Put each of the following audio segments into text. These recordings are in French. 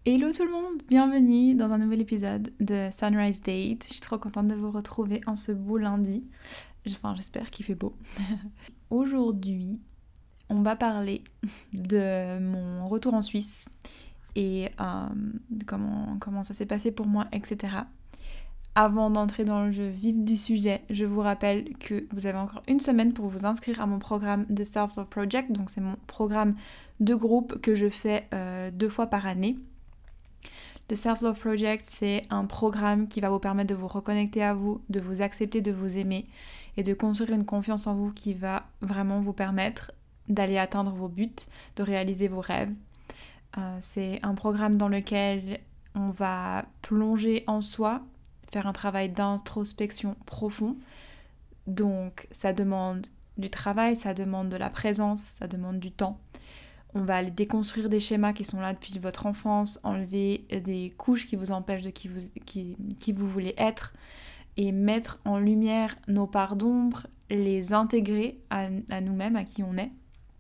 Hello tout le monde, bienvenue dans un nouvel épisode de Sunrise Date. Je suis trop contente de vous retrouver en ce beau lundi. Enfin, j'espère qu'il fait beau. Aujourd'hui, on va parler de mon retour en Suisse et de comment ça s'est passé pour moi, etc. Avant d'entrer dans le vif du sujet, je vous rappelle que vous avez encore une semaine pour vous inscrire à mon programme de Self-Love Project. Donc c'est mon programme de groupe que je fais 2 fois par année. The Self-Love Project, c'est un programme qui va vous permettre de vous reconnecter à vous, de vous accepter, de vous aimer et de construire une confiance en vous qui va vraiment vous permettre d'aller atteindre vos buts, de réaliser vos rêves. C'est un programme dans lequel on va plonger en soi, faire un travail d'introspection profond. Donc ça demande du travail, ça demande de la présence, ça demande du temps. On va aller déconstruire des schémas qui sont là depuis votre enfance, enlever des couches qui vous empêchent de qui vous voulez être et mettre en lumière nos parts d'ombre, les intégrer à nous-mêmes, à qui on est.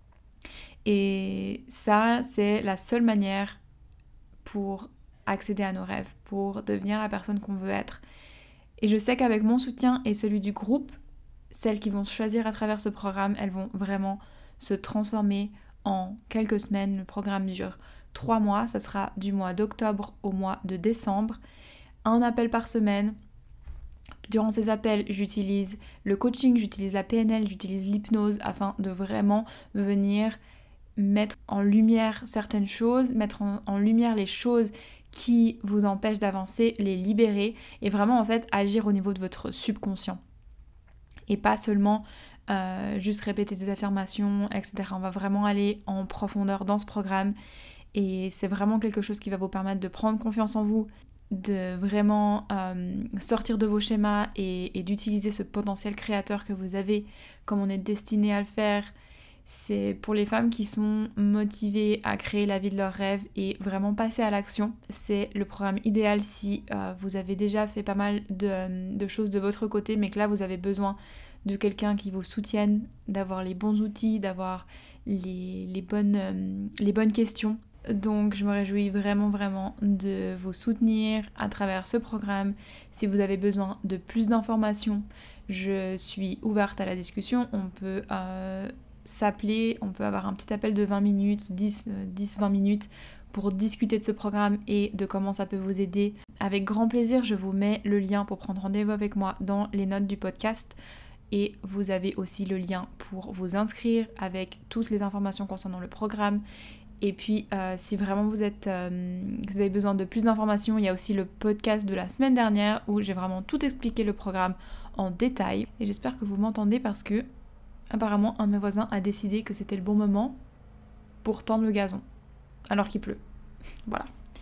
Et ça, c'est la seule manière pour accéder à nos rêves, pour devenir la personne qu'on veut être. Et je sais qu'avec mon soutien et celui du groupe, celles qui vont se choisir à travers ce programme, elles vont vraiment se transformer en quelques semaines. Le programme dure 3 mois, ça sera du mois d'octobre au mois de décembre. Un appel par semaine. Durant ces appels, j'utilise le coaching, j'utilise la PNL, j'utilise l'hypnose afin de vraiment venir mettre en lumière certaines choses, mettre en lumière les choses qui vous empêchent d'avancer, les libérer et vraiment en fait agir au niveau de votre subconscient. Et pas seulement juste répéter des affirmations, etc. On va vraiment aller en profondeur dans ce programme et c'est vraiment quelque chose qui va vous permettre de prendre confiance en vous, de vraiment sortir de vos schémas et d'utiliser ce potentiel créateur que vous avez comme on est destiné à le faire. C'est pour les femmes qui sont motivées à créer la vie de leurs rêves et vraiment passer à l'action. C'est le programme idéal si vous avez déjà fait pas mal de choses de votre côté, mais que là vous avez besoin de quelqu'un qui vous soutienne, d'avoir les bons outils, d'avoir les bonnes questions. Donc je me réjouis vraiment de vous soutenir à travers ce programme. Si vous avez besoin de plus d'informations, je suis ouverte à la discussion. On peut s'appeler, on peut avoir un petit appel de 20 minutes, 10-20 minutes pour discuter de ce programme et de comment ça peut vous aider. Avec grand plaisir, je vous mets le lien pour prendre rendez-vous avec moi dans les notes du podcast. Et vous avez aussi le lien pour vous inscrire avec toutes les informations concernant le programme. Et puis, si vraiment vous avez besoin de plus d'informations, il y a aussi le podcast de la semaine dernière où j'ai vraiment tout expliqué le programme en détail. Et j'espère que vous m'entendez parce que, apparemment, un de mes voisins a décidé que c'était le bon moment pour tendre le gazon, alors qu'il pleut. Voilà.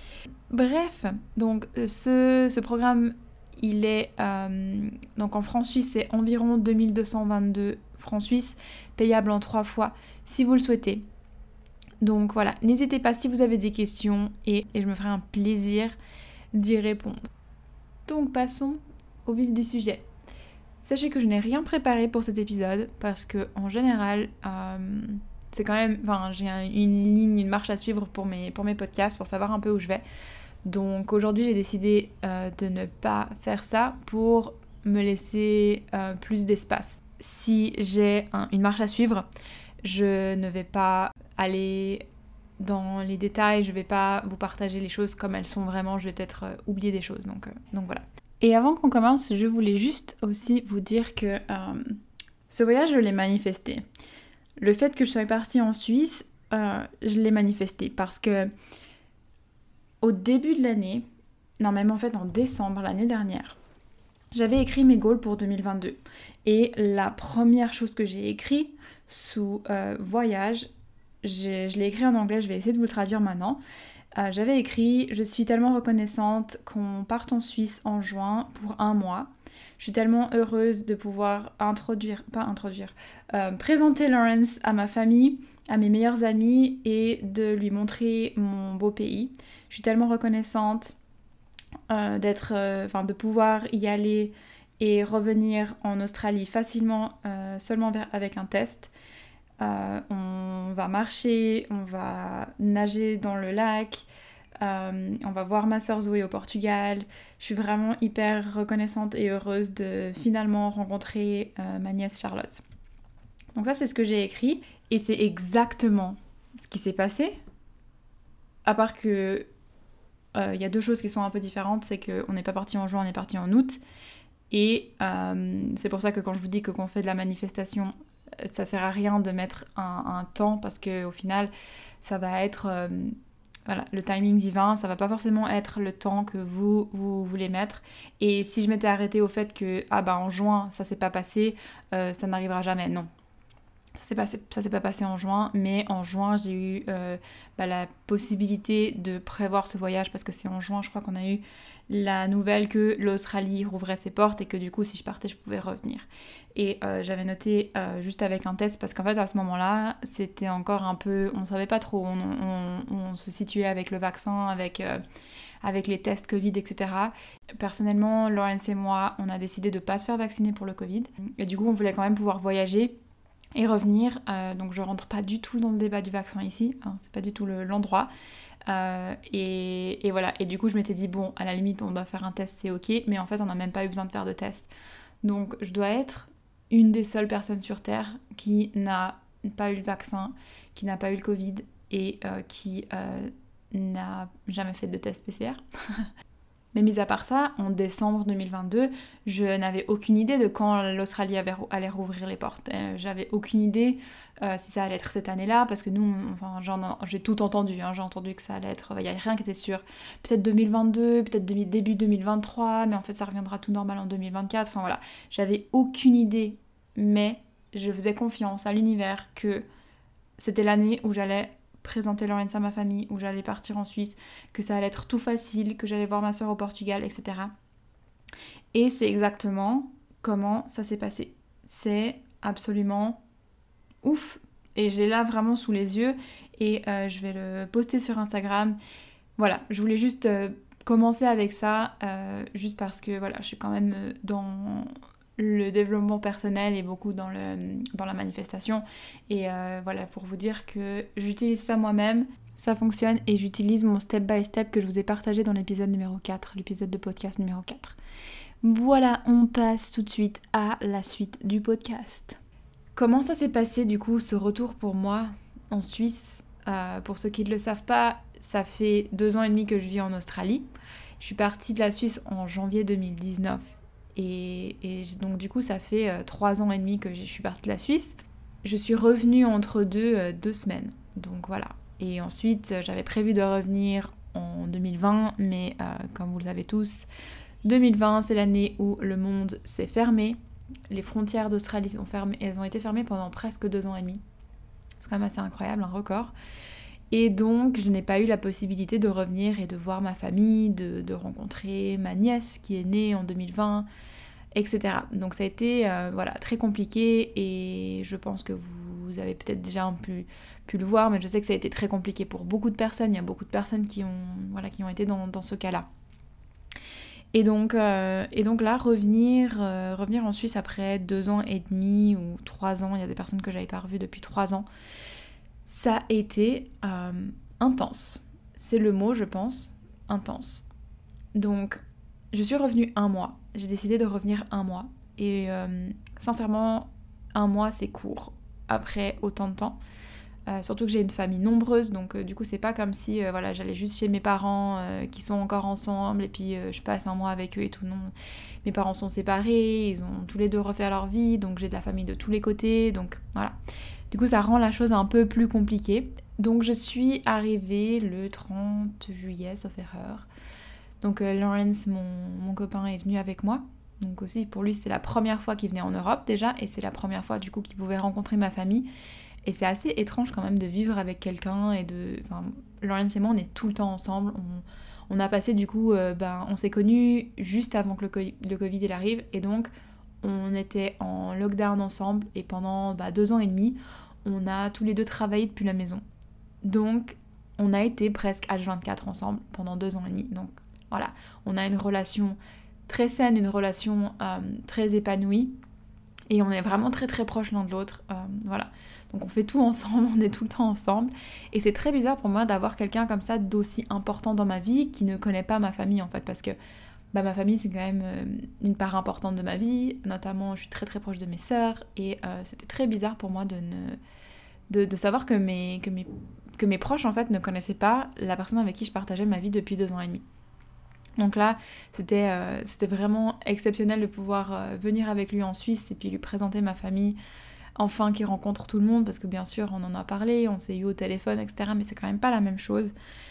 Bref, donc ce programme, il est... donc en francs suisses, c'est environ 2222 francs suisses, payable en 3 fois si vous le souhaitez. Donc voilà, n'hésitez pas si vous avez des questions et je me ferai un plaisir d'y répondre. Donc passons au vif du sujet. Sachez que je n'ai rien préparé pour cet épisode parce que en général, c'est quand même, j'ai une marche à suivre pour mes podcasts, pour savoir un peu où je vais. Donc aujourd'hui, j'ai décidé de ne pas faire ça pour me laisser plus d'espace. Si j'ai une marche à suivre, je ne vais pas aller dans les détails, je vais pas vous partager les choses comme elles sont vraiment, je vais peut-être oublier des choses, donc voilà. Et avant qu'on commence, je voulais juste aussi vous dire que ce voyage, je l'ai manifesté. Le fait que je sois partie en Suisse, je l'ai manifesté parce que au début de l'année, non même en fait en décembre l'année dernière, j'avais écrit mes goals pour 2022. Et la première chose que j'ai écrit sous voyage, je l'ai écrit en anglais, je vais essayer de vous le traduire maintenant. J'avais écrit « Je suis tellement reconnaissante qu'on parte en Suisse en juin pour 1 mois. Je suis tellement heureuse de pouvoir présenter Lawrence à ma famille, à mes meilleurs amis et de lui montrer mon beau pays. Je suis tellement reconnaissante de pouvoir y aller et revenir en Australie facilement seulement avec un test. On va marcher, on va nager dans le lac, On va voir ma sœur Zoé au Portugal. Je suis vraiment hyper reconnaissante et heureuse de finalement rencontrer ma nièce Charlotte. Donc ça, c'est ce que j'ai écrit. Et c'est exactement ce qui s'est passé. À part que il y a deux choses qui sont un peu différentes. C'est qu'on n'est pas parti en juin, on est parti en août. Et c'est pour ça que quand je vous dis que quand on fait de la manifestation, ça sert à rien de mettre un temps, parce qu'au final, ça va être... voilà, le timing divin, ça va pas forcément être le temps que vous voulez mettre. Et si je m'étais arrêtée au fait que, en juin, ça s'est pas passé, ça n'arrivera jamais, non. Ça s'est pas passé en juin, mais en juin, j'ai eu la possibilité de prévoir ce voyage, parce que c'est en juin, je crois qu'on a eu la nouvelle que l'Australie rouvrait ses portes et que du coup, si je partais, je pouvais revenir. Et j'avais noté juste avec un test, parce qu'en fait, à ce moment-là, c'était encore un peu... On savait pas trop où on se situait avec le vaccin, avec les tests Covid, etc. Personnellement, Laurence et moi, on a décidé de pas se faire vacciner pour le Covid. Et du coup, on voulait quand même pouvoir voyager et revenir. Donc je rentre pas du tout dans le débat du vaccin ici, hein, c'est pas du tout l'endroit. Et voilà, et du coup je m'étais dit bon, à la limite on doit faire un test, c'est ok, mais en fait on n'a même pas eu besoin de faire de test. Donc je dois être une des seules personnes sur Terre qui n'a pas eu le vaccin, qui n'a pas eu le Covid et qui n'a jamais fait de test PCR. Mais mis à part ça, en décembre 2022, je n'avais aucune idée de quand l'Australie allait rouvrir les portes. J'avais aucune idée si ça allait être cette année-là, parce que nous, j'ai tout entendu, hein, j'ai entendu que ça allait être... Il n'y a rien qui était sûr. Peut-être 2022, peut-être début 2023, mais en fait ça reviendra tout normal en 2024. Enfin voilà, j'avais aucune idée, mais je faisais confiance à l'univers que c'était l'année où j'allais présenter Laurence à ma famille, où j'allais partir en Suisse, que ça allait être tout facile, que j'allais voir ma soeur au Portugal, etc. Et c'est exactement comment ça s'est passé. C'est absolument ouf. Et j'ai là vraiment sous les yeux, et je vais le poster sur Instagram. Voilà, je voulais juste commencer avec ça, juste parce que voilà, je suis quand même dans le développement personnel et beaucoup dans la manifestation. Et voilà, pour vous dire que j'utilise ça moi-même, ça fonctionne, et j'utilise mon step by step que je vous ai partagé dans l'épisode numéro 4, l'épisode de podcast numéro 4. Voilà, on passe tout de suite à la suite du podcast. Comment ça s'est passé du coup, ce retour pour moi en Suisse? Pour ceux qui ne le savent pas, ça fait 2 ans et demi que je vis en Australie. Je suis partie de la Suisse en janvier 2019. Et donc du coup ça fait 3 ans et demi que je suis partie de la Suisse. Je suis revenue entre 2 semaines, donc voilà. Et ensuite j'avais prévu de revenir en 2020, mais comme vous le savez tous, 2020 c'est l'année où le monde s'est fermé. Les frontières d'Australie sont fermées, elles ont été fermées pendant presque 2 ans et demi. C'est quand même assez incroyable, un record. Et donc, je n'ai pas eu la possibilité de revenir et de voir ma famille, de rencontrer ma nièce qui est née en 2020, etc. Donc ça a été très compliqué, et je pense que vous avez peut-être déjà pu le voir, mais je sais que ça a été très compliqué pour beaucoup de personnes. Il y a beaucoup de personnes qui ont été dans ce cas-là. Et donc là, revenir en Suisse après 2 ans et demi ou 3 ans, il y a des personnes que j'avais pas revues depuis 3 ans, ça a été intense. C'est le mot, je pense, intense. Donc, je suis revenue 1 mois. J'ai décidé de revenir 1 mois. Et sincèrement, 1 mois, c'est court après autant de temps. Surtout que j'ai une famille nombreuse, donc du coup c'est pas comme si j'allais juste chez mes parents qui sont encore ensemble et puis je passe 1 mois avec eux et tout. Non, mes parents sont séparés, ils ont tous les deux refait leur vie, donc j'ai de la famille de tous les côtés, donc voilà. Du coup ça rend la chose un peu plus compliquée. Donc je suis arrivée le 30 juillet, sauf erreur. Donc Laurence, mon copain, est venu avec moi. Donc aussi pour lui c'est la première fois qu'il venait en Europe déjà, et c'est la première fois du coup qu'il pouvait rencontrer ma famille. Et c'est assez étrange quand même de vivre avec quelqu'un et Laurence et moi on est tout le temps ensemble. On a passé du coup, on s'est connus juste avant que le Covid il arrive, et donc on était en lockdown ensemble, et pendant 2 ans et demi on a tous les deux travaillé depuis la maison. Donc on a été presque H24 ensemble pendant 2 ans et demi. Donc voilà, on a une relation très saine, une relation très épanouie. Et on est vraiment très très proches l'un de l'autre, voilà. Donc on fait tout ensemble, on est tout le temps ensemble. Et c'est très bizarre pour moi d'avoir quelqu'un comme ça d'aussi important dans ma vie qui ne connaît pas ma famille en fait, parce que ma famille c'est quand même une part importante de ma vie, notamment je suis très très proche de mes sœurs, et c'était très bizarre pour moi de savoir que mes proches en fait ne connaissaient pas la personne avec qui je partageais ma vie depuis 2 ans et demi. Donc là, c'était vraiment exceptionnel de pouvoir venir avec lui en Suisse et puis lui présenter ma famille, enfin qu'il rencontre tout le monde, parce que bien sûr on en a parlé, on s'est eu au téléphone, etc. Mais c'est quand même pas la même chose.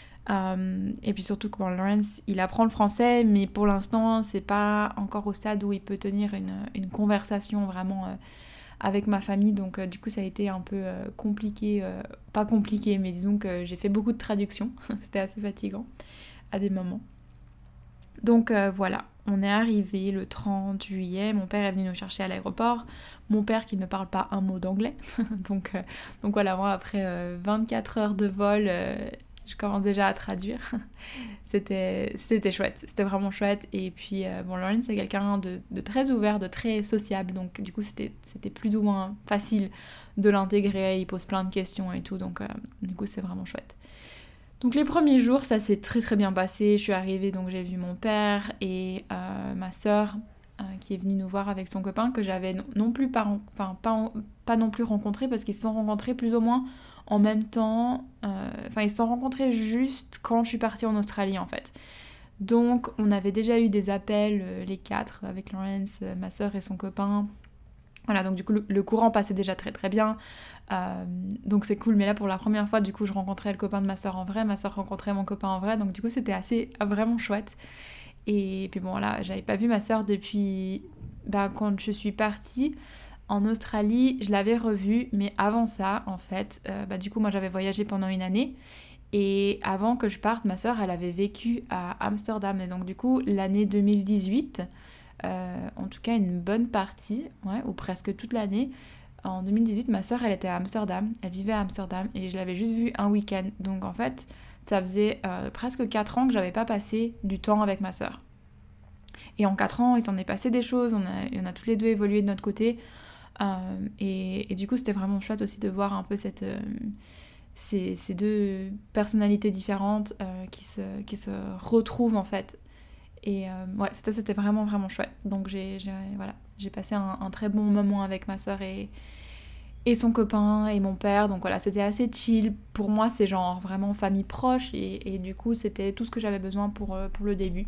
Et puis surtout que Lawrence, il apprend le français, mais pour l'instant c'est pas encore au stade où il peut tenir une conversation vraiment avec ma famille, donc du coup ça a été un peu compliqué, pas compliqué, mais disons que j'ai fait beaucoup de traductions, c'était assez fatigant à des moments. Donc voilà, on est arrivé le 30 juillet, mon père est venu nous chercher à l'aéroport, mon père qui ne parle pas un mot d'anglais, donc voilà, moi après 24 heures de vol, je commence déjà à traduire. C'était chouette, c'était vraiment chouette. Et puis Lawrence c'est quelqu'un de très ouvert, de très sociable, donc du coup c'était plus ou moins facile de l'intégrer, il pose plein de questions et tout, donc du coup c'est vraiment chouette. Donc les premiers jours, ça s'est très très bien passé. Je suis arrivée, donc j'ai vu mon père et ma sœur qui est venue nous voir avec son copain, que j'avais non plus pas non plus rencontré, parce qu'ils se sont rencontrés plus ou moins en même temps. Ils se sont rencontrés juste quand je suis partie en Australie en fait. Donc on avait déjà eu des appels, les 4, avec Lawrence, ma sœur et son copain. Voilà, donc du coup le courant passait déjà très très bien, donc c'est cool. Mais là pour la première fois du coup je rencontrais le copain de ma soeur en vrai, ma soeur rencontrait mon copain en vrai, donc du coup c'était assez vraiment chouette. Et puis bon là j'avais pas vu ma soeur depuis quand je suis partie en Australie, je l'avais revue, mais avant ça en fait, du coup moi j'avais voyagé pendant une année. Et avant que je parte, ma soeur elle avait vécu à Amsterdam, et donc du coup l'année 2018, en tout cas une bonne partie, ou presque toute l'année. En 2018, ma soeur, elle était à Amsterdam, elle vivait à Amsterdam, et je l'avais juste vue un week-end. Donc en fait, ça faisait presque 4 ans que j'avais pas passé du temps avec ma soeur. Et en 4 ans, il s'en est passé des choses, on a toutes les deux évolué de notre côté. Et du coup, c'était vraiment chouette aussi de voir un peu ces deux personnalités différentes qui se retrouvent en fait. Et c'était vraiment vraiment chouette. Donc j'ai passé un très bon moment avec ma soeur et son copain et mon père. Donc voilà, c'était assez chill. Pour moi, c'est genre vraiment famille proche, et du coup, c'était tout ce que j'avais besoin pour le début.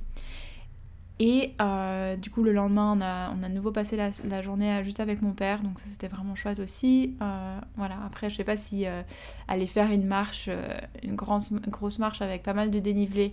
Et du coup, le lendemain, on a de nouveau passé la journée juste avec mon père. Donc ça, c'était vraiment chouette aussi. Voilà, après, je sais pas si aller faire une marche, une grosse marche avec pas mal de dénivelé,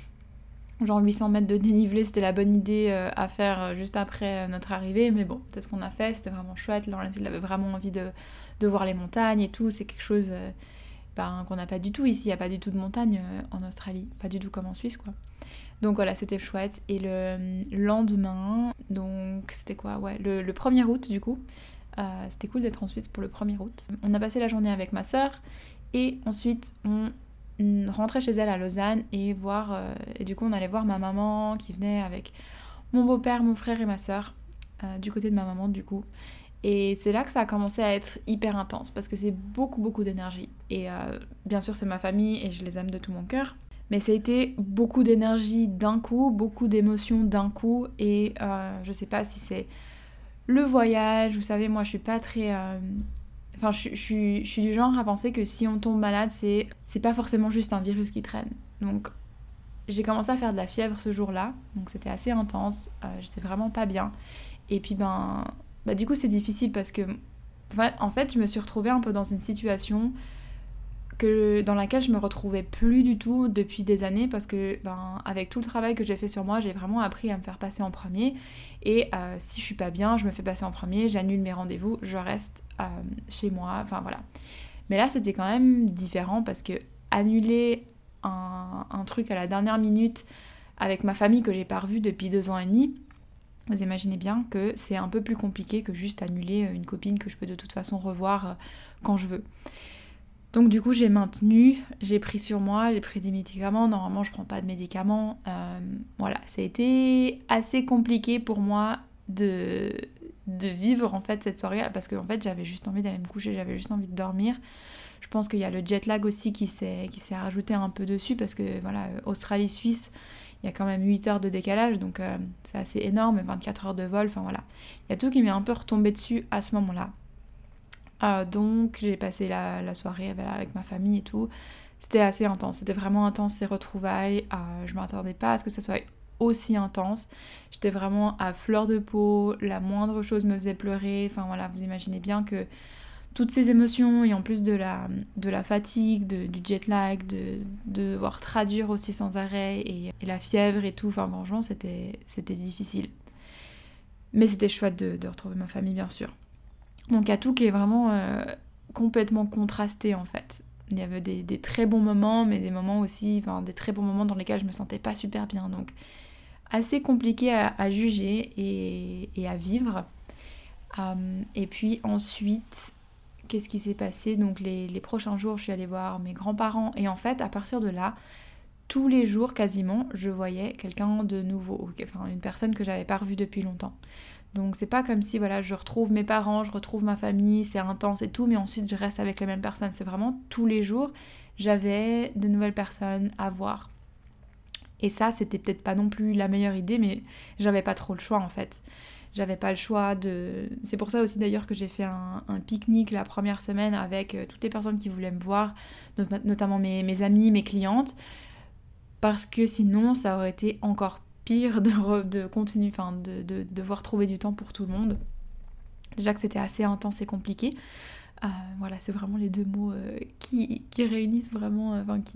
genre 800 mètres de dénivelé, c'était la bonne idée à faire juste après notre arrivée, mais bon, c'est ce qu'on a fait, c'était vraiment chouette. Laurence, il avait vraiment envie de voir les montagnes et tout, c'est quelque chose qu'on n'a pas du tout ici, il n'y a pas du tout de montagne en Australie, pas du tout comme en Suisse quoi. Donc voilà, c'était chouette. Et le lendemain, donc c'était quoi, le 1er août du coup, c'était cool d'être en Suisse pour le 1er août. On a passé la journée avec ma sœur, et ensuite on rentrer chez elle à Lausanne et du coup on allait voir ma maman qui venait avec mon beau-père, mon frère et ma soeur du côté de ma maman du coup. Et c'est là que ça a commencé à être hyper intense, parce que c'est beaucoup beaucoup d'énergie, et bien sûr c'est ma famille et je les aime de tout mon cœur, mais ça a été beaucoup d'énergie d'un coup, beaucoup d'émotions d'un coup. Et je sais pas si c'est le voyage, vous savez, moi je suis pas très je suis du genre à penser que si on tombe malade, c'est pas forcément juste un virus qui traîne. Donc j'ai commencé à faire de la fièvre ce jour-là, donc c'était assez intense, j'étais vraiment pas bien. Et puis du coup c'est difficile, parce que en fait je me suis retrouvée un peu dans une situation dans laquelle je me retrouvais plus du tout depuis des années, parce que avec tout le travail que j'ai fait sur moi, j'ai vraiment appris à me faire passer en premier. Et si je suis pas bien, je me fais passer en premier, j'annule mes rendez-vous, je reste chez moi, enfin voilà. Mais là c'était quand même différent, parce que annuler un truc à la dernière minute avec ma famille que j'ai pas revue depuis 2 ans et demi, vous imaginez bien que c'est un peu plus compliqué que juste annuler une copine que je peux de toute façon revoir quand je veux. Donc du coup j'ai maintenu, j'ai pris sur moi, j'ai pris des médicaments, normalement je prends pas de médicaments, voilà, ça a été assez compliqué pour moi de vivre en fait cette soirée, parce que en fait j'avais juste envie d'aller me coucher, j'avais juste envie de dormir. Je pense qu'il y a le jet lag aussi qui s'est rajouté un peu dessus, parce que voilà, Australie-Suisse, il y a quand même 8 heures de décalage, donc c'est assez énorme, 24 heures de vol, enfin voilà. Il y a tout qui m'est un peu retombé dessus à ce moment-là. Donc j'ai passé la soirée avec ma famille et tout. C'était assez intense, c'était vraiment intense ces retrouvailles. Je m'attendais pas à ce que ça soit aussi intense. J'étais vraiment à fleur de peau, la moindre chose me faisait pleurer. Enfin voilà, vous imaginez bien que toutes ces émotions et en plus de la fatigue, du jet lag, de devoir traduire aussi sans arrêt et la fièvre et tout, enfin franchement c'était difficile. Mais c'était chouette de retrouver ma famille bien sûr. Donc il y a tout qui est vraiment complètement contrasté en fait. Il y avait des très bons moments, mais des moments aussi, enfin des très bons moments dans lesquels je me sentais pas super bien. Donc assez compliqué à juger et à vivre. Et puis ensuite, qu'est-ce qui s'est passé? Donc les prochains jours, je suis allée voir mes grands-parents. Et en fait, à partir de là, tous les jours quasiment, je voyais quelqu'un de nouveau. Enfin, une personne que j'avais pas revue depuis longtemps. Donc c'est pas comme si voilà, je retrouve mes parents, je retrouve ma famille, c'est intense et tout, mais ensuite je reste avec les mêmes personnes. C'est vraiment tous les jours, j'avais de nouvelles personnes à voir. Et ça, c'était peut-être pas non plus la meilleure idée, mais j'avais pas trop le choix en fait. J'avais pas le choix de... C'est pour ça aussi d'ailleurs que j'ai fait un pique-nique la première semaine avec toutes les personnes qui voulaient me voir, notamment mes amis, mes clientes, parce que sinon ça aurait été encore pire de continuer, enfin de devoir trouver du temps pour tout le monde. Déjà que c'était assez intense et compliqué. Voilà, c'est vraiment les deux mots qui réunissent vraiment,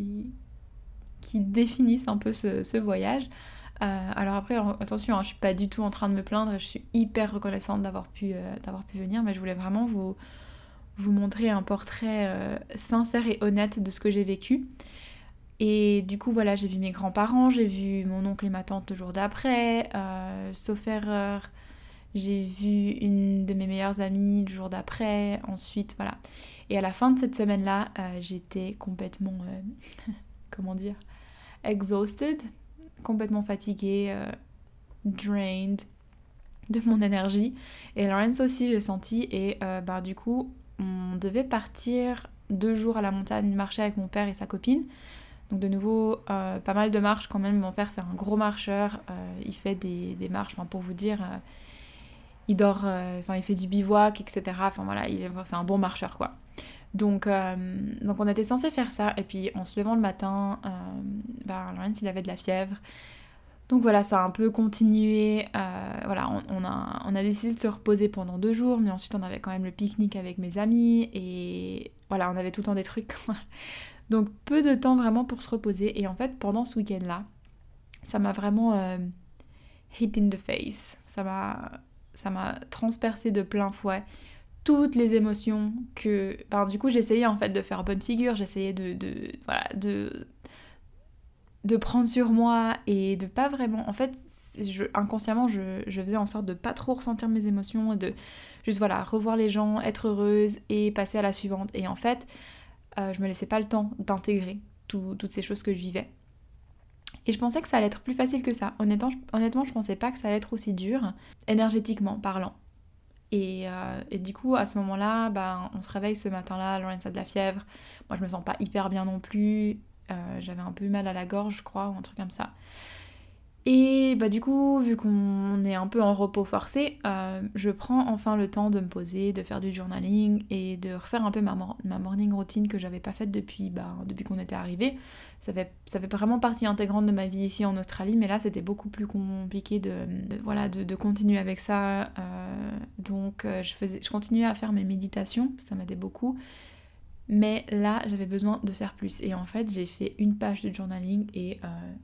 qui définissent un peu ce voyage. Alors après, attention, je suis pas du tout en train de me plaindre, je suis hyper reconnaissante d'avoir pu venir, mais je voulais vraiment vous montrer un portrait sincère et honnête de ce que j'ai vécu. Et du coup, voilà, j'ai vu mes grands-parents, j'ai vu mon oncle et ma tante le jour d'après, sauf erreur, j'ai vu une de mes meilleures amies le jour d'après, ensuite, voilà. Et à la fin de cette semaine-là, j'étais complètement, comment dire, exhausted, complètement fatiguée, drained de mon énergie. Et Lawrence aussi, j'ai senti. Et du coup, on devait partir 2 jours à la montagne marcher avec mon père et sa copine. Donc de nouveau, pas mal de marches quand même. Mon père, c'est un gros marcheur. Il fait des marches, pour vous dire, il dort, il fait du bivouac, etc. Enfin voilà, c'est un bon marcheur, quoi. Donc on était censé faire ça, et puis en se levant le matin, Laurence il avait de la fièvre. Donc voilà, ça a un peu continué. Voilà, on a décidé de se reposer pendant 2 jours, mais ensuite on avait quand même le pique-nique avec mes amis, et voilà, on avait tout le temps des trucs. Donc peu de temps vraiment pour se reposer, et en fait pendant ce week-end-là, ça m'a vraiment hit in the face. Ça m'a transpercé de plein fouet toutes les émotions que... du coup, j'essayais en fait de faire bonne figure, j'essayais de prendre sur moi et de pas vraiment... En fait, inconsciemment, je faisais en sorte de pas trop ressentir mes émotions et de juste, revoir les gens, être heureuse et passer à la suivante. Et en fait, je me laissais pas le temps d'intégrer toutes ces choses que je vivais. Et je pensais que ça allait être plus facile que ça. Honnêtement, je pensais pas que ça allait être aussi dur, énergétiquement parlant. Et du coup, à ce moment-là, on se réveille ce matin-là, Lawrence a de la fièvre. Moi, je me sens pas hyper bien non plus. J'avais un peu mal à la gorge, je crois, ou un truc comme ça. Et du coup, vu qu'on est un peu en repos forcé, je prends enfin le temps de me poser, de faire du journaling et de refaire un peu ma morning routine que j'avais pas faite depuis qu'on était arrivé. Ça fait vraiment partie intégrante de ma vie ici en Australie, mais là c'était beaucoup plus compliqué de continuer avec ça. Donc je continuais à faire mes méditations, ça m'aidait beaucoup. Mais là j'avais besoin de faire plus. Et en fait j'ai fait 1 page de journaling et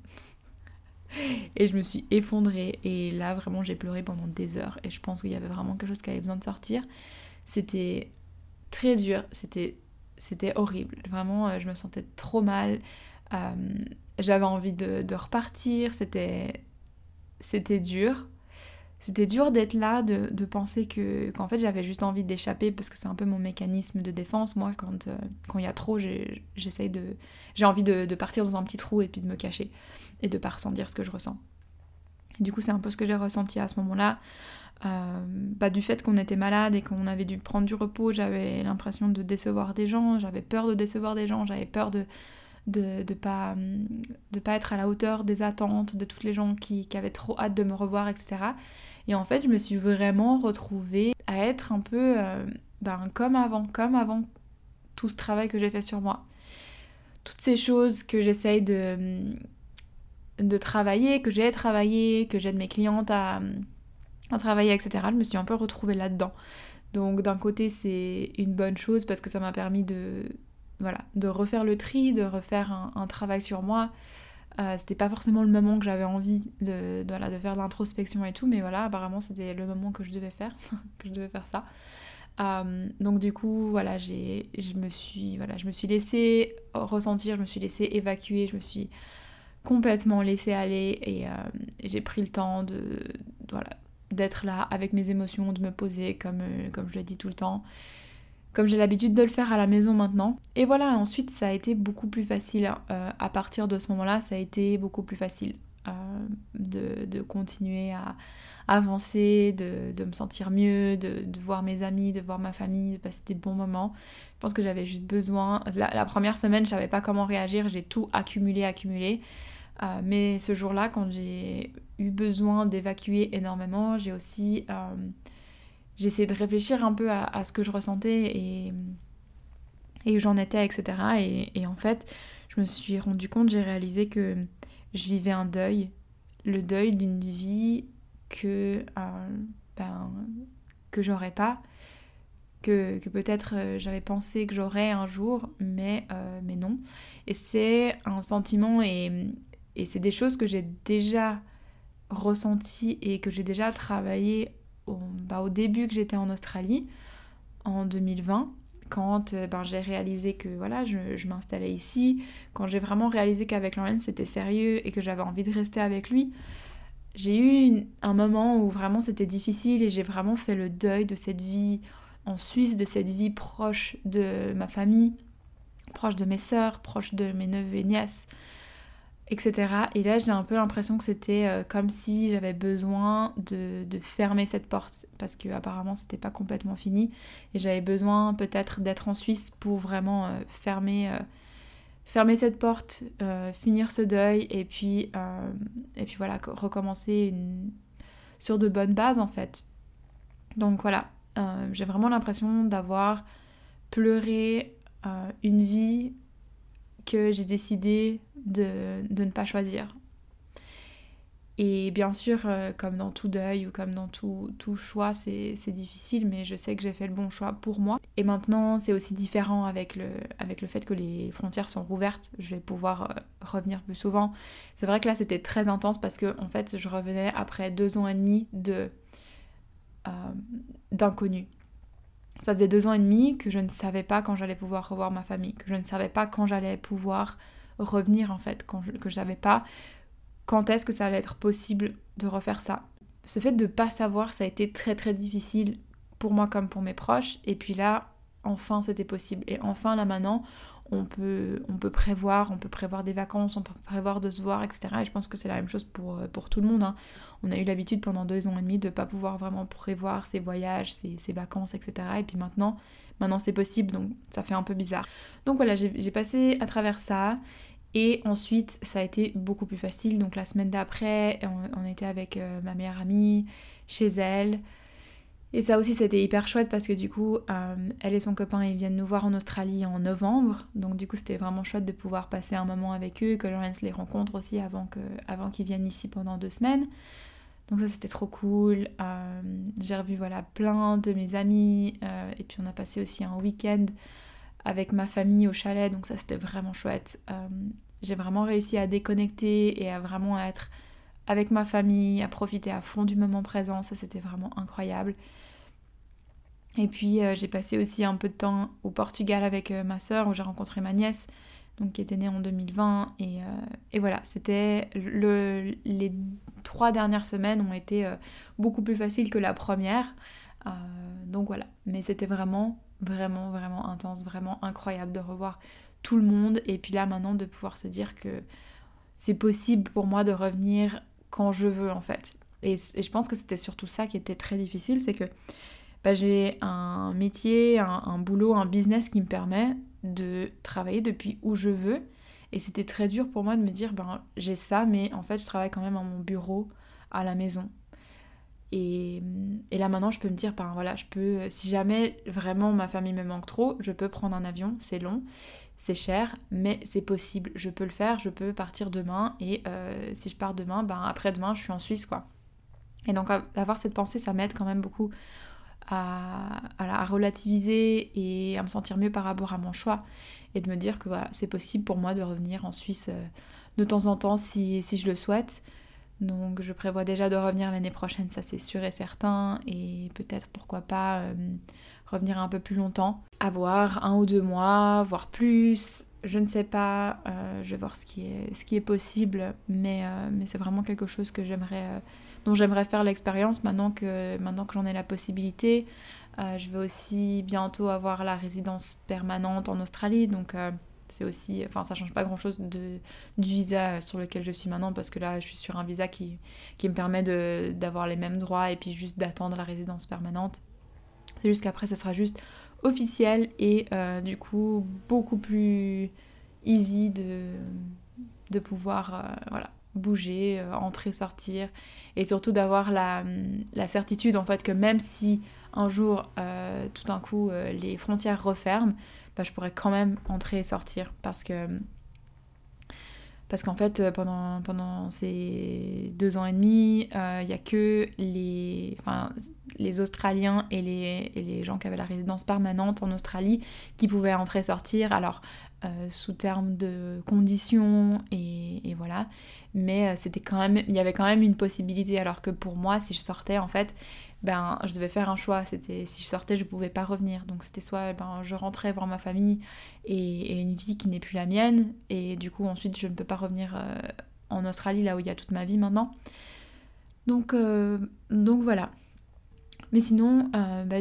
je me suis effondrée, et là vraiment j'ai pleuré pendant des heures, et je pense qu'il y avait vraiment quelque chose qui avait besoin de sortir. C'était très dur, c'était horrible, vraiment je me sentais trop mal, j'avais envie de repartir, c'était dur. C'était dur d'être là, de penser qu'en fait j'avais juste envie d'échapper, parce que c'est un peu mon mécanisme de défense. Moi, quand il y a trop, j'ai envie de partir dans un petit trou et puis de me cacher et de pas ressentir ce que je ressens. Et du coup c'est un peu ce que j'ai ressenti à ce moment-là. Du fait qu'on était malade et qu'on avait dû prendre du repos, j'avais l'impression de décevoir des gens, j'avais peur de décevoir des gens, j'avais peur de pas être à la hauteur des attentes de toutes les gens qui avaient trop hâte de me revoir, etc. Et en fait je me suis vraiment retrouvée à être un peu comme avant tout ce travail que j'ai fait sur moi. Toutes ces choses que j'essaye de travailler, que j'ai travaillé, que j'aide mes clientes à travailler, etc. Je me suis un peu retrouvée là-dedans. Donc d'un côté c'est une bonne chose parce que ça m'a permis de refaire le tri, de refaire un travail sur moi. C'était pas forcément le moment que j'avais envie de faire de l'introspection et tout, mais voilà, apparemment c'était le moment que je devais faire, que je devais faire ça. Donc du coup, voilà, je me suis laissée ressentir, je me suis laissée évacuer, je me suis complètement laissée aller et j'ai pris le temps d'être là avec mes émotions, de me poser comme je le dis tout le temps, comme j'ai l'habitude de le faire à la maison maintenant. Et voilà, ensuite ça a été beaucoup plus facile. À partir de ce moment-là, ça a été beaucoup plus facile de continuer à avancer, de me sentir mieux, de voir mes amis, de voir ma famille, de passer des bons moments. Je pense que j'avais juste besoin... La première semaine, je savais pas comment réagir, j'ai tout accumulé. Mais ce jour-là, quand j'ai eu besoin d'évacuer énormément, j'ai aussi... j'ai essayé de réfléchir un peu à ce que je ressentais et où j'en étais, etc. Et en fait, je me suis rendu compte, j'ai réalisé que je vivais un deuil. Le deuil d'une vie que j'aurais pas, que peut-être j'avais pensé que j'aurais un jour, mais non. Et c'est un sentiment et c'est des choses que j'ai déjà ressenties et que j'ai déjà travaillé au début que j'étais en Australie, en 2020, quand j'ai réalisé que voilà, je m'installais ici, quand j'ai vraiment réalisé qu'avec Laurent c'était sérieux et que j'avais envie de rester avec lui. J'ai eu un moment où vraiment c'était difficile et j'ai vraiment fait le deuil de cette vie en Suisse, de cette vie proche de ma famille, proche de mes sœurs, proche de mes neveux et nièces, etc. Et là j'ai un peu l'impression que c'était comme si j'avais besoin de fermer cette porte parce que apparemment c'était pas complètement fini et j'avais besoin peut-être d'être en Suisse pour vraiment fermer cette porte, finir ce deuil et puis voilà, recommencer sur de bonnes bases en fait. Donc voilà, j'ai vraiment l'impression d'avoir pleuré une vie que j'ai décidé de ne pas choisir. Et bien sûr, comme dans tout deuil ou comme dans tout choix, c'est difficile, mais je sais que j'ai fait le bon choix pour moi. Et maintenant, c'est aussi différent avec le fait que les frontières sont rouvertes. Je vais pouvoir revenir plus souvent. C'est vrai que là, c'était très intense parce que en fait, je revenais après 2 ans et demi d'inconnu. Ça faisait 2 ans et demi que je ne savais pas quand j'allais pouvoir revoir ma famille, que je ne savais pas quand j'allais pouvoir revenir en fait, que je savais pas quand est-ce que ça allait être possible de refaire ça. Ce fait de pas savoir, ça a été très très difficile pour moi comme pour mes proches. Et puis là, enfin c'était possible. Et enfin là maintenant, on peut prévoir des vacances, on peut prévoir de se voir, etc. Et je pense que c'est la même chose pour tout le monde. Hein. On a eu l'habitude pendant 2 ans et demi de ne pas pouvoir vraiment prévoir ses voyages, ses vacances, etc. Et puis maintenant c'est possible, donc ça fait un peu bizarre. Donc voilà, j'ai passé à travers ça. Et ensuite, ça a été beaucoup plus facile. Donc la semaine d'après, on était avec ma meilleure amie, chez elle. Et ça aussi, c'était hyper chouette parce que du coup, elle et son copain, ils viennent nous voir en Australie en novembre. Donc du coup, c'était vraiment chouette de pouvoir passer un moment avec eux, que Laurence les rencontre aussi avant qu'ils viennent ici pendant 2 semaines. Donc ça, c'était trop cool. J'ai revu plein de mes amis. Et puis on a passé aussi un week-end avec ma famille au chalet, donc ça c'était vraiment chouette. J'ai vraiment réussi à déconnecter et à vraiment être avec ma famille, à profiter à fond du moment présent, ça c'était vraiment incroyable. Et puis j'ai passé aussi un peu de temps au Portugal avec ma sœur où j'ai rencontré ma nièce, donc qui était née en 2020 et voilà, c'était les 3 dernières semaines ont été beaucoup plus faciles que la première. Donc voilà, mais c'était vraiment intense, vraiment incroyable de revoir tout le monde et puis là maintenant de pouvoir se dire que c'est possible pour moi de revenir quand je veux en fait. Et je pense que c'était surtout ça qui était très difficile, c'est que j'ai un métier, un boulot, un business qui me permet de travailler depuis où je veux. Et c'était très dur pour moi de me dire, j'ai ça, mais en fait je travaille quand même à mon bureau, à la maison. Et là maintenant je peux me dire, voilà, je peux, si jamais vraiment ma famille me manque trop, je peux prendre un avion, c'est long, c'est cher, mais c'est possible, je peux le faire, je peux partir demain, et si je pars demain, après-demain je suis en Suisse quoi. Et donc avoir cette pensée, ça m'aide quand même beaucoup à relativiser et à me sentir mieux par rapport à mon choix, et de me dire que voilà, c'est possible pour moi de revenir en Suisse de temps en temps si je le souhaite. Donc je prévois déjà de revenir l'année prochaine, ça c'est sûr et certain, et peut-être pourquoi pas revenir un peu plus longtemps, avoir 1 ou 2 mois, voire plus, je ne sais pas, je vais voir ce qui est possible, mais c'est vraiment quelque chose que dont j'aimerais faire l'expérience maintenant que j'en ai la possibilité. Je vais aussi bientôt avoir la résidence permanente en Australie, donc c'est aussi, ça change pas grand chose du visa sur lequel je suis maintenant, parce que là je suis sur un visa qui me permet d'avoir les mêmes droits et puis juste d'attendre la résidence permanente. C'est juste qu'après ça sera juste officiel et du coup beaucoup plus easy de pouvoir bouger, entrer, sortir, et surtout d'avoir la certitude en fait que même si un jour tout d'un coup les frontières referment, je pourrais quand même entrer et sortir, parce qu'en fait pendant ces 2 ans et demi il n'y a que les Australiens et les gens qui avaient la résidence permanente en Australie qui pouvaient entrer et sortir, alors sous terme de conditions et voilà, mais il y avait quand même une possibilité, alors que pour moi si je sortais en fait je devais faire un choix, si je sortais je pouvais pas revenir, donc c'était soit je rentrais voir ma famille et une vie qui n'est plus la mienne, et du coup ensuite je ne peux pas revenir en Australie là où il y a toute ma vie maintenant, donc voilà. Mais sinon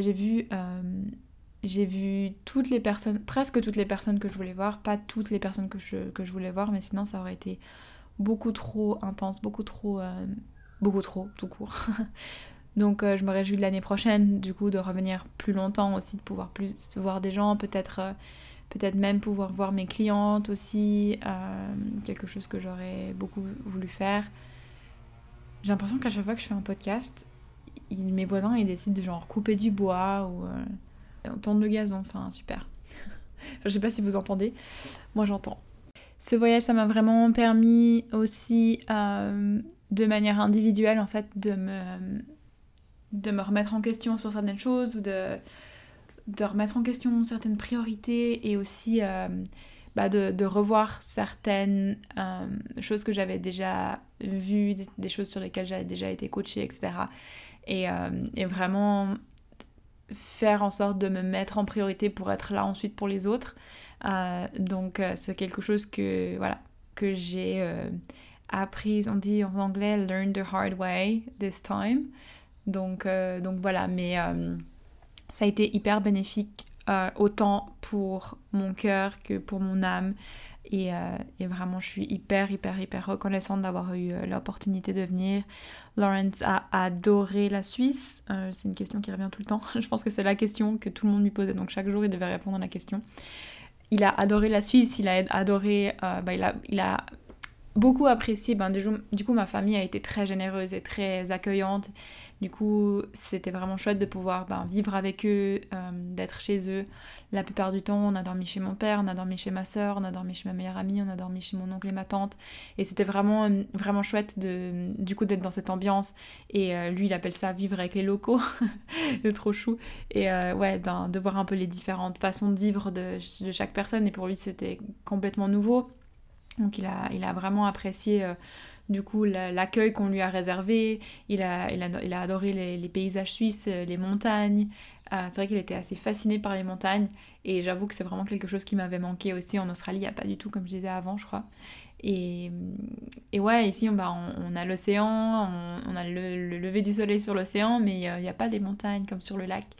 j'ai vu toutes les personnes, presque toutes les personnes que je voulais voir, pas toutes les personnes que je voulais voir, mais sinon ça aurait été beaucoup trop intense, beaucoup trop tout court. Donc je me réjouis de l'année prochaine, du coup, de revenir plus longtemps aussi, de pouvoir plus voir des gens, peut-être même pouvoir voir mes clientes aussi, quelque chose que j'aurais beaucoup voulu faire. J'ai l'impression qu'à chaque fois que je fais un podcast, mes voisins ils décident de genre couper du bois ou tondre le gazon, enfin super. Je sais pas si vous entendez, moi j'entends. Ce voyage, ça m'a vraiment permis aussi de manière individuelle en fait de me remettre en question sur certaines choses, ou de remettre en question certaines priorités, et aussi de revoir certaines choses que j'avais déjà vues, des choses sur lesquelles j'avais déjà été coachée, etc. Et vraiment faire en sorte de me mettre en priorité pour être là ensuite pour les autres. Donc c'est quelque chose que j'ai appris, on dit en anglais learn the hard way this time. Donc voilà, mais ça a été hyper bénéfique autant pour mon cœur que pour mon âme, et vraiment je suis hyper reconnaissante d'avoir eu l'opportunité de venir. Lawrence a adoré la Suisse, c'est une question qui revient tout le temps. Je pense que c'est la question que tout le monde lui posait, donc chaque jour il devait répondre à la question. Il a adoré la Suisse, il a adoré, il a beaucoup apprécié, du coup ma famille a été très généreuse et très accueillante, du coup c'était vraiment chouette de pouvoir vivre avec eux, d'être chez eux. La plupart du temps on a dormi chez mon père, on a dormi chez ma soeur, on a dormi chez ma meilleure amie, on a dormi chez mon oncle et ma tante, et c'était vraiment chouette du coup d'être dans cette ambiance, et lui il appelle ça vivre avec les locaux. C'est trop chou, et de voir un peu les différentes façons de vivre de chaque personne, et pour lui c'était complètement nouveau. Donc il a vraiment apprécié du coup l'accueil qu'on lui a réservé. Il a adoré les paysages suisses, les montagnes. C'est vrai qu'il était assez fasciné par les montagnes, et j'avoue que c'est vraiment quelque chose qui m'avait manqué aussi en Australie. Il n'y a pas du tout, comme je disais avant, je crois. Et ouais, ici on a l'océan, on a le lever du soleil sur l'océan, mais il n'y a pas des montagnes comme sur le lac.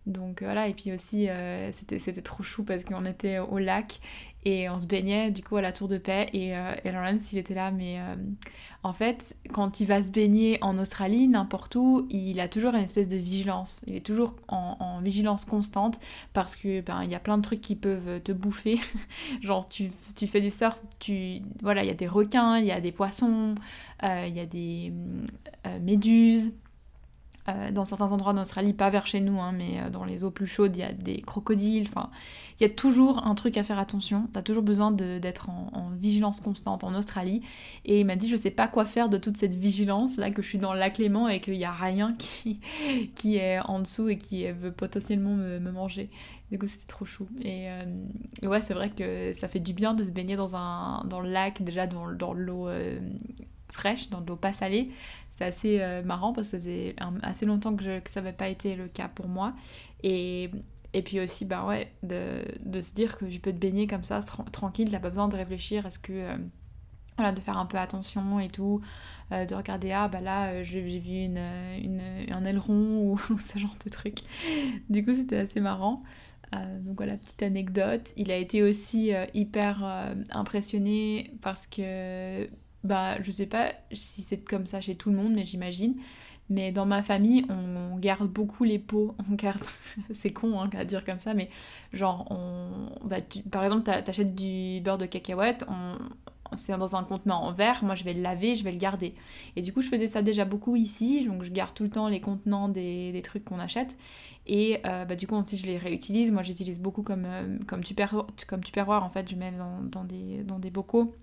Donc voilà, et puis aussi c'était trop chou parce qu'on était au lac et on se baignait du coup à la Tour de Paix et Lawrence il était là, mais en fait quand il va se baigner en Australie, n'importe où, il a toujours une espèce de vigilance, il est toujours en vigilance constante parce que il y a plein de trucs qui peuvent te bouffer, genre tu fais du surf, voilà, il y a des requins, il y a des poissons, il y a des méduses. Dans certains endroits d'Australie, pas vers chez nous, hein, mais dans les eaux plus chaudes, il y a des crocodiles. Enfin, il y a toujours un truc à faire attention. T'as toujours besoin d'être en vigilance constante en Australie. Et il m'a dit, je sais pas quoi faire de toute cette vigilance, là, que je suis dans le lac Léman et qu'il y a rien qui est en dessous et qui veut potentiellement me manger. Du coup, c'était trop chou. Et ouais, c'est vrai que ça fait du bien de se baigner dans le lac, déjà dans l'eau fraîche, dans de l'eau pas salée. C'est assez marrant parce que ça faisait assez longtemps que ça n'avait pas été le cas pour moi. Et puis aussi, ouais, de se dire que tu peux te baigner comme ça, tranquille, t'as pas besoin de réfléchir à ce que... voilà, de faire un peu attention et tout, de regarder, là, j'ai vu un aileron ou ce genre de truc. Du coup, c'était assez marrant. Donc voilà, petite anecdote. Il a été aussi hyper impressionné parce que, je sais pas si c'est comme ça chez tout le monde, mais j'imagine. Mais dans ma famille, on garde beaucoup les pots. On garde, c'est con hein, à dire comme ça, mais genre, par exemple, t'achètes du beurre de cacahuète, c'est dans un contenant en verre, moi je vais le laver, je vais le garder. Et du coup, je faisais ça déjà beaucoup ici, donc je garde tout le temps les contenants des trucs qu'on achète. Et du coup, ensuite, je les réutilise. Moi, j'utilise beaucoup comme tupperware, en fait, je mets dans des bocaux.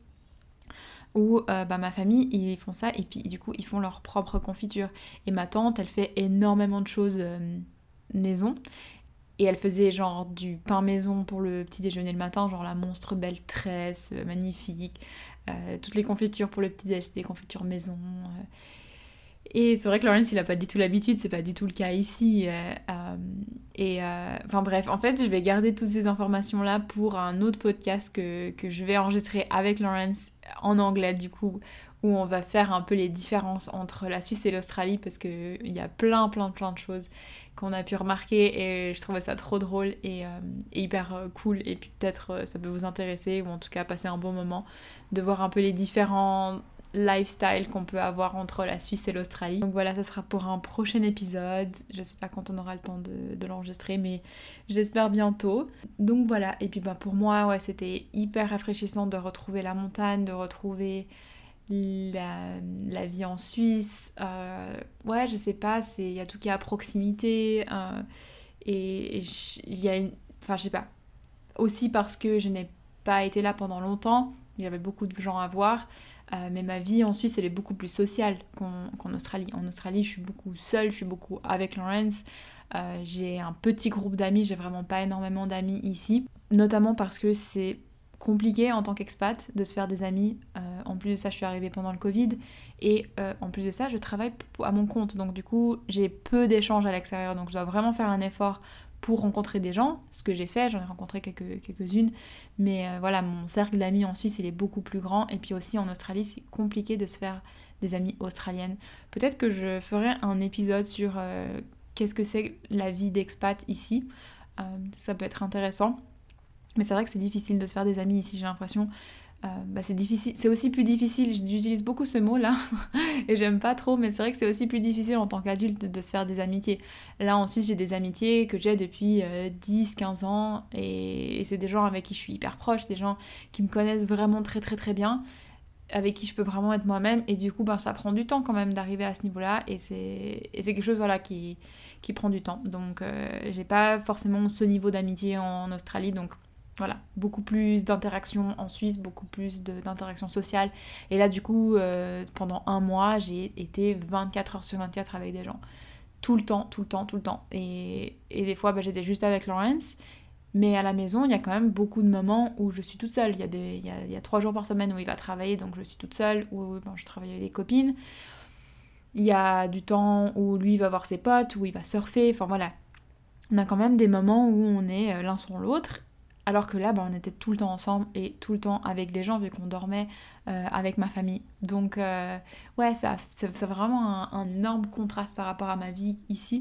Où ma famille, ils font ça et puis du coup, ils font leur propre confiture. Et ma tante, elle fait énormément de choses maison. Et elle faisait genre du pain maison pour le petit déjeuner le matin, genre la monstre belle tresse, magnifique. Toutes les confitures pour le petit déjeuner, des confitures maison. Et c'est vrai que Lawrence, il a pas du tout l'habitude, c'est pas du tout le cas ici. Enfin bref, en fait, je vais garder toutes ces informations-là pour un autre podcast que je vais enregistrer avec Lawrence en anglais, du coup, où on va faire un peu les différences entre la Suisse et l'Australie, parce qu'il y a plein de choses qu'on a pu remarquer, et je trouvais ça trop drôle et hyper cool, et puis peut-être ça peut vous intéresser, ou en tout cas passer un bon moment, de voir un peu les différents lifestyle qu'on peut avoir entre la Suisse et l'Australie. Donc voilà, ça sera pour un prochain épisode. Je sais pas quand on aura le temps de l'enregistrer, mais j'espère bientôt. Donc voilà, et puis pour moi, ouais, c'était hyper rafraîchissant de retrouver la montagne, de retrouver la vie en Suisse. Ouais, je sais pas, il y a tout qui est à proximité. Et il y a une... Enfin, je sais pas. Aussi parce que je n'ai pas été là pendant longtemps, il y avait beaucoup de gens à voir. Mais ma vie en Suisse, elle est beaucoup plus sociale qu'en Australie. En Australie, je suis beaucoup seule, je suis beaucoup avec Lawrence. J'ai un petit groupe d'amis, j'ai vraiment pas énormément d'amis ici. Notamment parce que c'est compliqué en tant qu'expat de se faire des amis. En plus de ça, je suis arrivée pendant le Covid. Et en plus de ça, je travaille à mon compte. Donc du coup, j'ai peu d'échanges à l'extérieur. Donc je dois vraiment faire un effort pour rencontrer des gens, ce que j'ai fait, j'en ai rencontré quelques-unes, mais voilà, mon cercle d'amis en Suisse, il est beaucoup plus grand, et puis aussi en Australie, c'est compliqué de se faire des amies australiennes. Peut-être que je ferai un épisode sur qu'est-ce que c'est la vie d'expat ici, ça peut être intéressant, mais c'est vrai que c'est difficile de se faire des amis ici, j'ai l'impression. C'est difficile, c'est aussi plus difficile, j'utilise beaucoup ce mot là et j'aime pas trop, mais c'est vrai que c'est aussi plus difficile en tant qu'adulte de se faire des amitiés. Là en Suisse j'ai des amitiés que j'ai depuis 10-15 ans et c'est des gens avec qui je suis hyper proche, des gens qui me connaissent vraiment très très très bien, avec qui je peux vraiment être moi-même, et du coup ça prend du temps quand même d'arriver à ce niveau-là, et c'est quelque chose voilà, qui prend du temps. Donc j'ai pas forcément ce niveau d'amitié en Australie, donc voilà, beaucoup plus d'interactions en Suisse, beaucoup plus d'interactions sociales. Et là, du coup, pendant un mois, j'ai été 24 heures sur 24 avec des gens. Tout le temps, tout le temps, tout le temps. Et des fois, j'étais juste avec Lawrence. Mais à la maison, il y a quand même beaucoup de moments où je suis toute seule. Il y a 3 jours par semaine où il va travailler, donc je suis toute seule, où je travaille avec des copines. Il y a du temps où lui va voir ses potes, où il va surfer. Enfin voilà, on a quand même des moments où on est l'un sur l'autre. Alors que là, on était tout le temps ensemble et tout le temps avec des gens, vu qu'on dormait avec ma famille. Donc ouais, ça vraiment un énorme contraste par rapport à ma vie ici.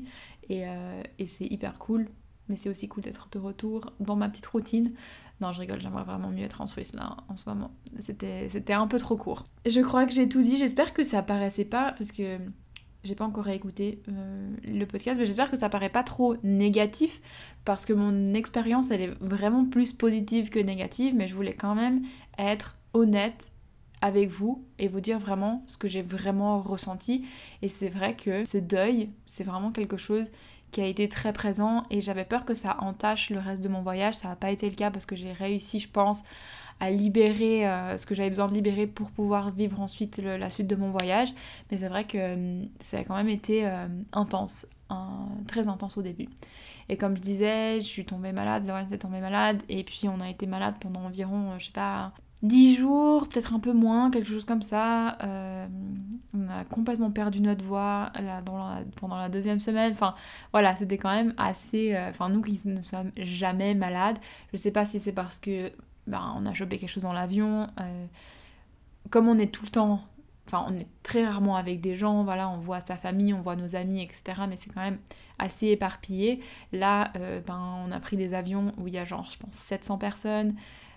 et c'est hyper cool. Mais c'est aussi cool d'être de retour dans ma petite routine. Non, je rigole, j'aimerais vraiment mieux être en Suisse là en ce moment. C'était un peu trop court. Je crois que j'ai tout dit, j'espère que ça paraissait pas, parce que j'ai pas encore réécouté le podcast, mais j'espère que ça paraît pas trop négatif, parce que mon expérience elle est vraiment plus positive que négative, mais je voulais quand même être honnête avec vous et vous dire vraiment ce que j'ai vraiment ressenti. Et c'est vrai que ce deuil, c'est vraiment quelque chose qui a été très présent et j'avais peur que ça entache le reste de mon voyage. Ça n'a pas été le cas parce que j'ai réussi, je pense, à libérer ce que j'avais besoin de libérer pour pouvoir vivre ensuite la suite de mon voyage. Mais c'est vrai que ça a quand même été intense, très intense au début. Et comme je disais, je suis tombée malade, Laurence est tombée malade et puis on a été malade pendant environ, 10 jours, peut-être un peu moins, quelque chose comme ça. On a complètement perdu notre voix pendant la deuxième semaine. Enfin, voilà, c'était quand même assez... nous qui ne sommes jamais malades, je sais pas si c'est parce que on a chopé quelque chose dans l'avion. Comme on est tout le temps... Enfin, on est très rarement avec des gens, voilà, on voit sa famille, on voit nos amis, etc. Mais c'est quand même assez éparpillé. Là, on a pris des avions où il y a je pense, 700 personnes.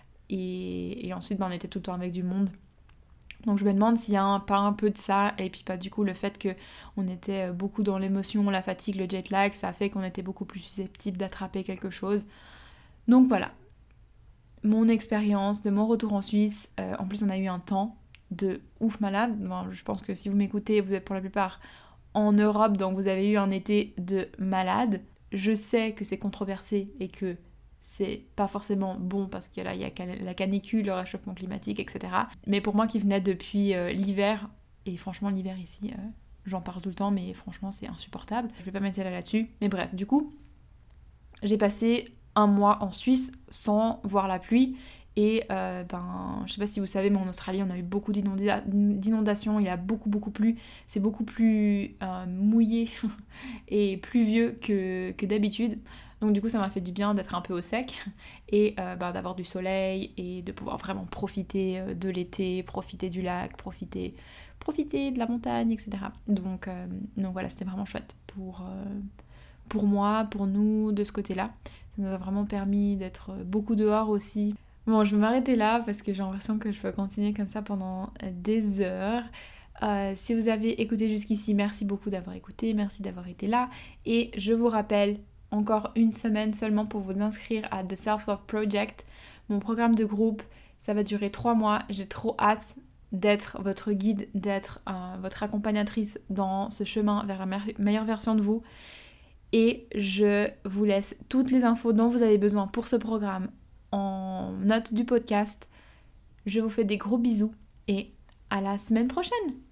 Et ensuite on était tout le temps avec du monde, donc je me demande s'il y a pas un peu de ça, et puis du coup le fait qu'on était beaucoup dans l'émotion, la fatigue, le jet lag, ça a fait qu'on était beaucoup plus susceptible d'attraper quelque chose. Donc voilà, mon expérience de mon retour en Suisse. En plus on a eu un temps de ouf malade. Je pense que si vous m'écoutez, vous êtes pour la plupart en Europe, donc vous avez eu un été de malade. Je sais que c'est controversé et que c'est pas forcément bon parce que là il y a la canicule, le réchauffement climatique, etc. Mais pour moi qui venais depuis l'hiver, et franchement l'hiver ici, j'en parle tout le temps, mais franchement c'est insupportable. Je vais pas m'étaler là-dessus. Mais bref, du coup, j'ai passé un mois en Suisse sans voir la pluie. Et je sais pas si vous savez, mais en Australie on a eu beaucoup d'inondations, il y a beaucoup plu, c'est beaucoup plus mouillé et pluvieux que d'habitude. Donc du coup ça m'a fait du bien d'être un peu au sec et d'avoir du soleil et de pouvoir vraiment profiter de l'été, profiter du lac, profiter de la montagne, etc. Donc voilà, c'était vraiment chouette pour moi, pour nous, de ce côté-là. Ça nous a vraiment permis d'être beaucoup dehors aussi. Bon, je vais m'arrêter là parce que j'ai l'impression que je peux continuer comme ça pendant des heures. Si vous avez écouté jusqu'ici, merci beaucoup d'avoir écouté, merci d'avoir été là. Et je vous rappelle, encore une semaine seulement pour vous inscrire à The Self Love Project, mon programme de groupe. Ça va durer 3 mois, j'ai trop hâte d'être votre guide, d'être votre accompagnatrice dans ce chemin vers la meilleure version de vous. Et je vous laisse toutes les infos dont vous avez besoin pour ce programme en note du podcast. Je vous fais des gros bisous et à la semaine prochaine.